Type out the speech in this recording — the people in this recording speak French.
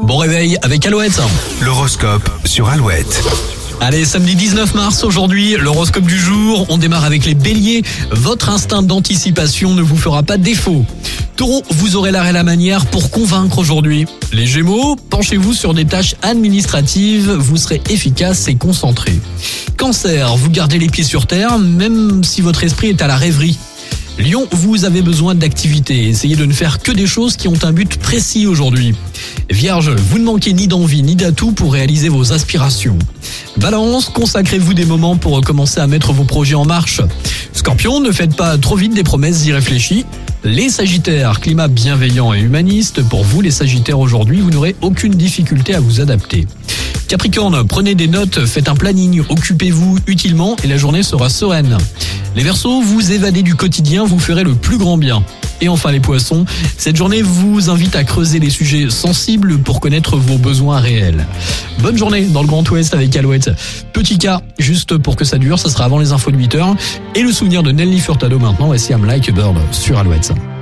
Bon réveil avec Alouette. L'horoscope sur Alouette. Allez, samedi 19 mars aujourd'hui, l'horoscope du jour. On démarre avec les béliers. Votre instinct d'anticipation ne vous fera pas défaut. Taureau, vous aurez l'art et la manière pour convaincre aujourd'hui. Les gémeaux, penchez-vous sur des tâches administratives, vous serez efficace et concentré. Cancer, vous gardez les pieds sur terre, même si votre esprit est à la rêverie. Lion, vous avez besoin d'activité. Essayez de ne faire que des choses qui ont un but précis aujourd'hui. Vierge, vous ne manquez ni d'envie ni d'atouts pour réaliser vos aspirations. Balance, consacrez-vous des moments pour commencer à mettre vos projets en marche. Scorpion, ne faites pas trop vite des promesses irréfléchies. Les Sagittaires, climat bienveillant et humaniste. Pour vous, les Sagittaires, aujourd'hui, vous n'aurez aucune difficulté à vous adapter. Capricorne, prenez des notes, faites un planning, occupez-vous utilement et la journée sera sereine. Les Verseaux, vous évadez du quotidien, vous ferez le plus grand bien. Et enfin les Poissons, cette journée vous invite à creuser les sujets sensibles pour connaître vos besoins réels. Bonne journée dans le Grand Ouest avec Alouette. Petit cas, juste pour que ça dure, ça sera avant les infos de 8h. Et le souvenir de Nelly Furtado maintenant, voici I'm Like a Bird sur Alouette.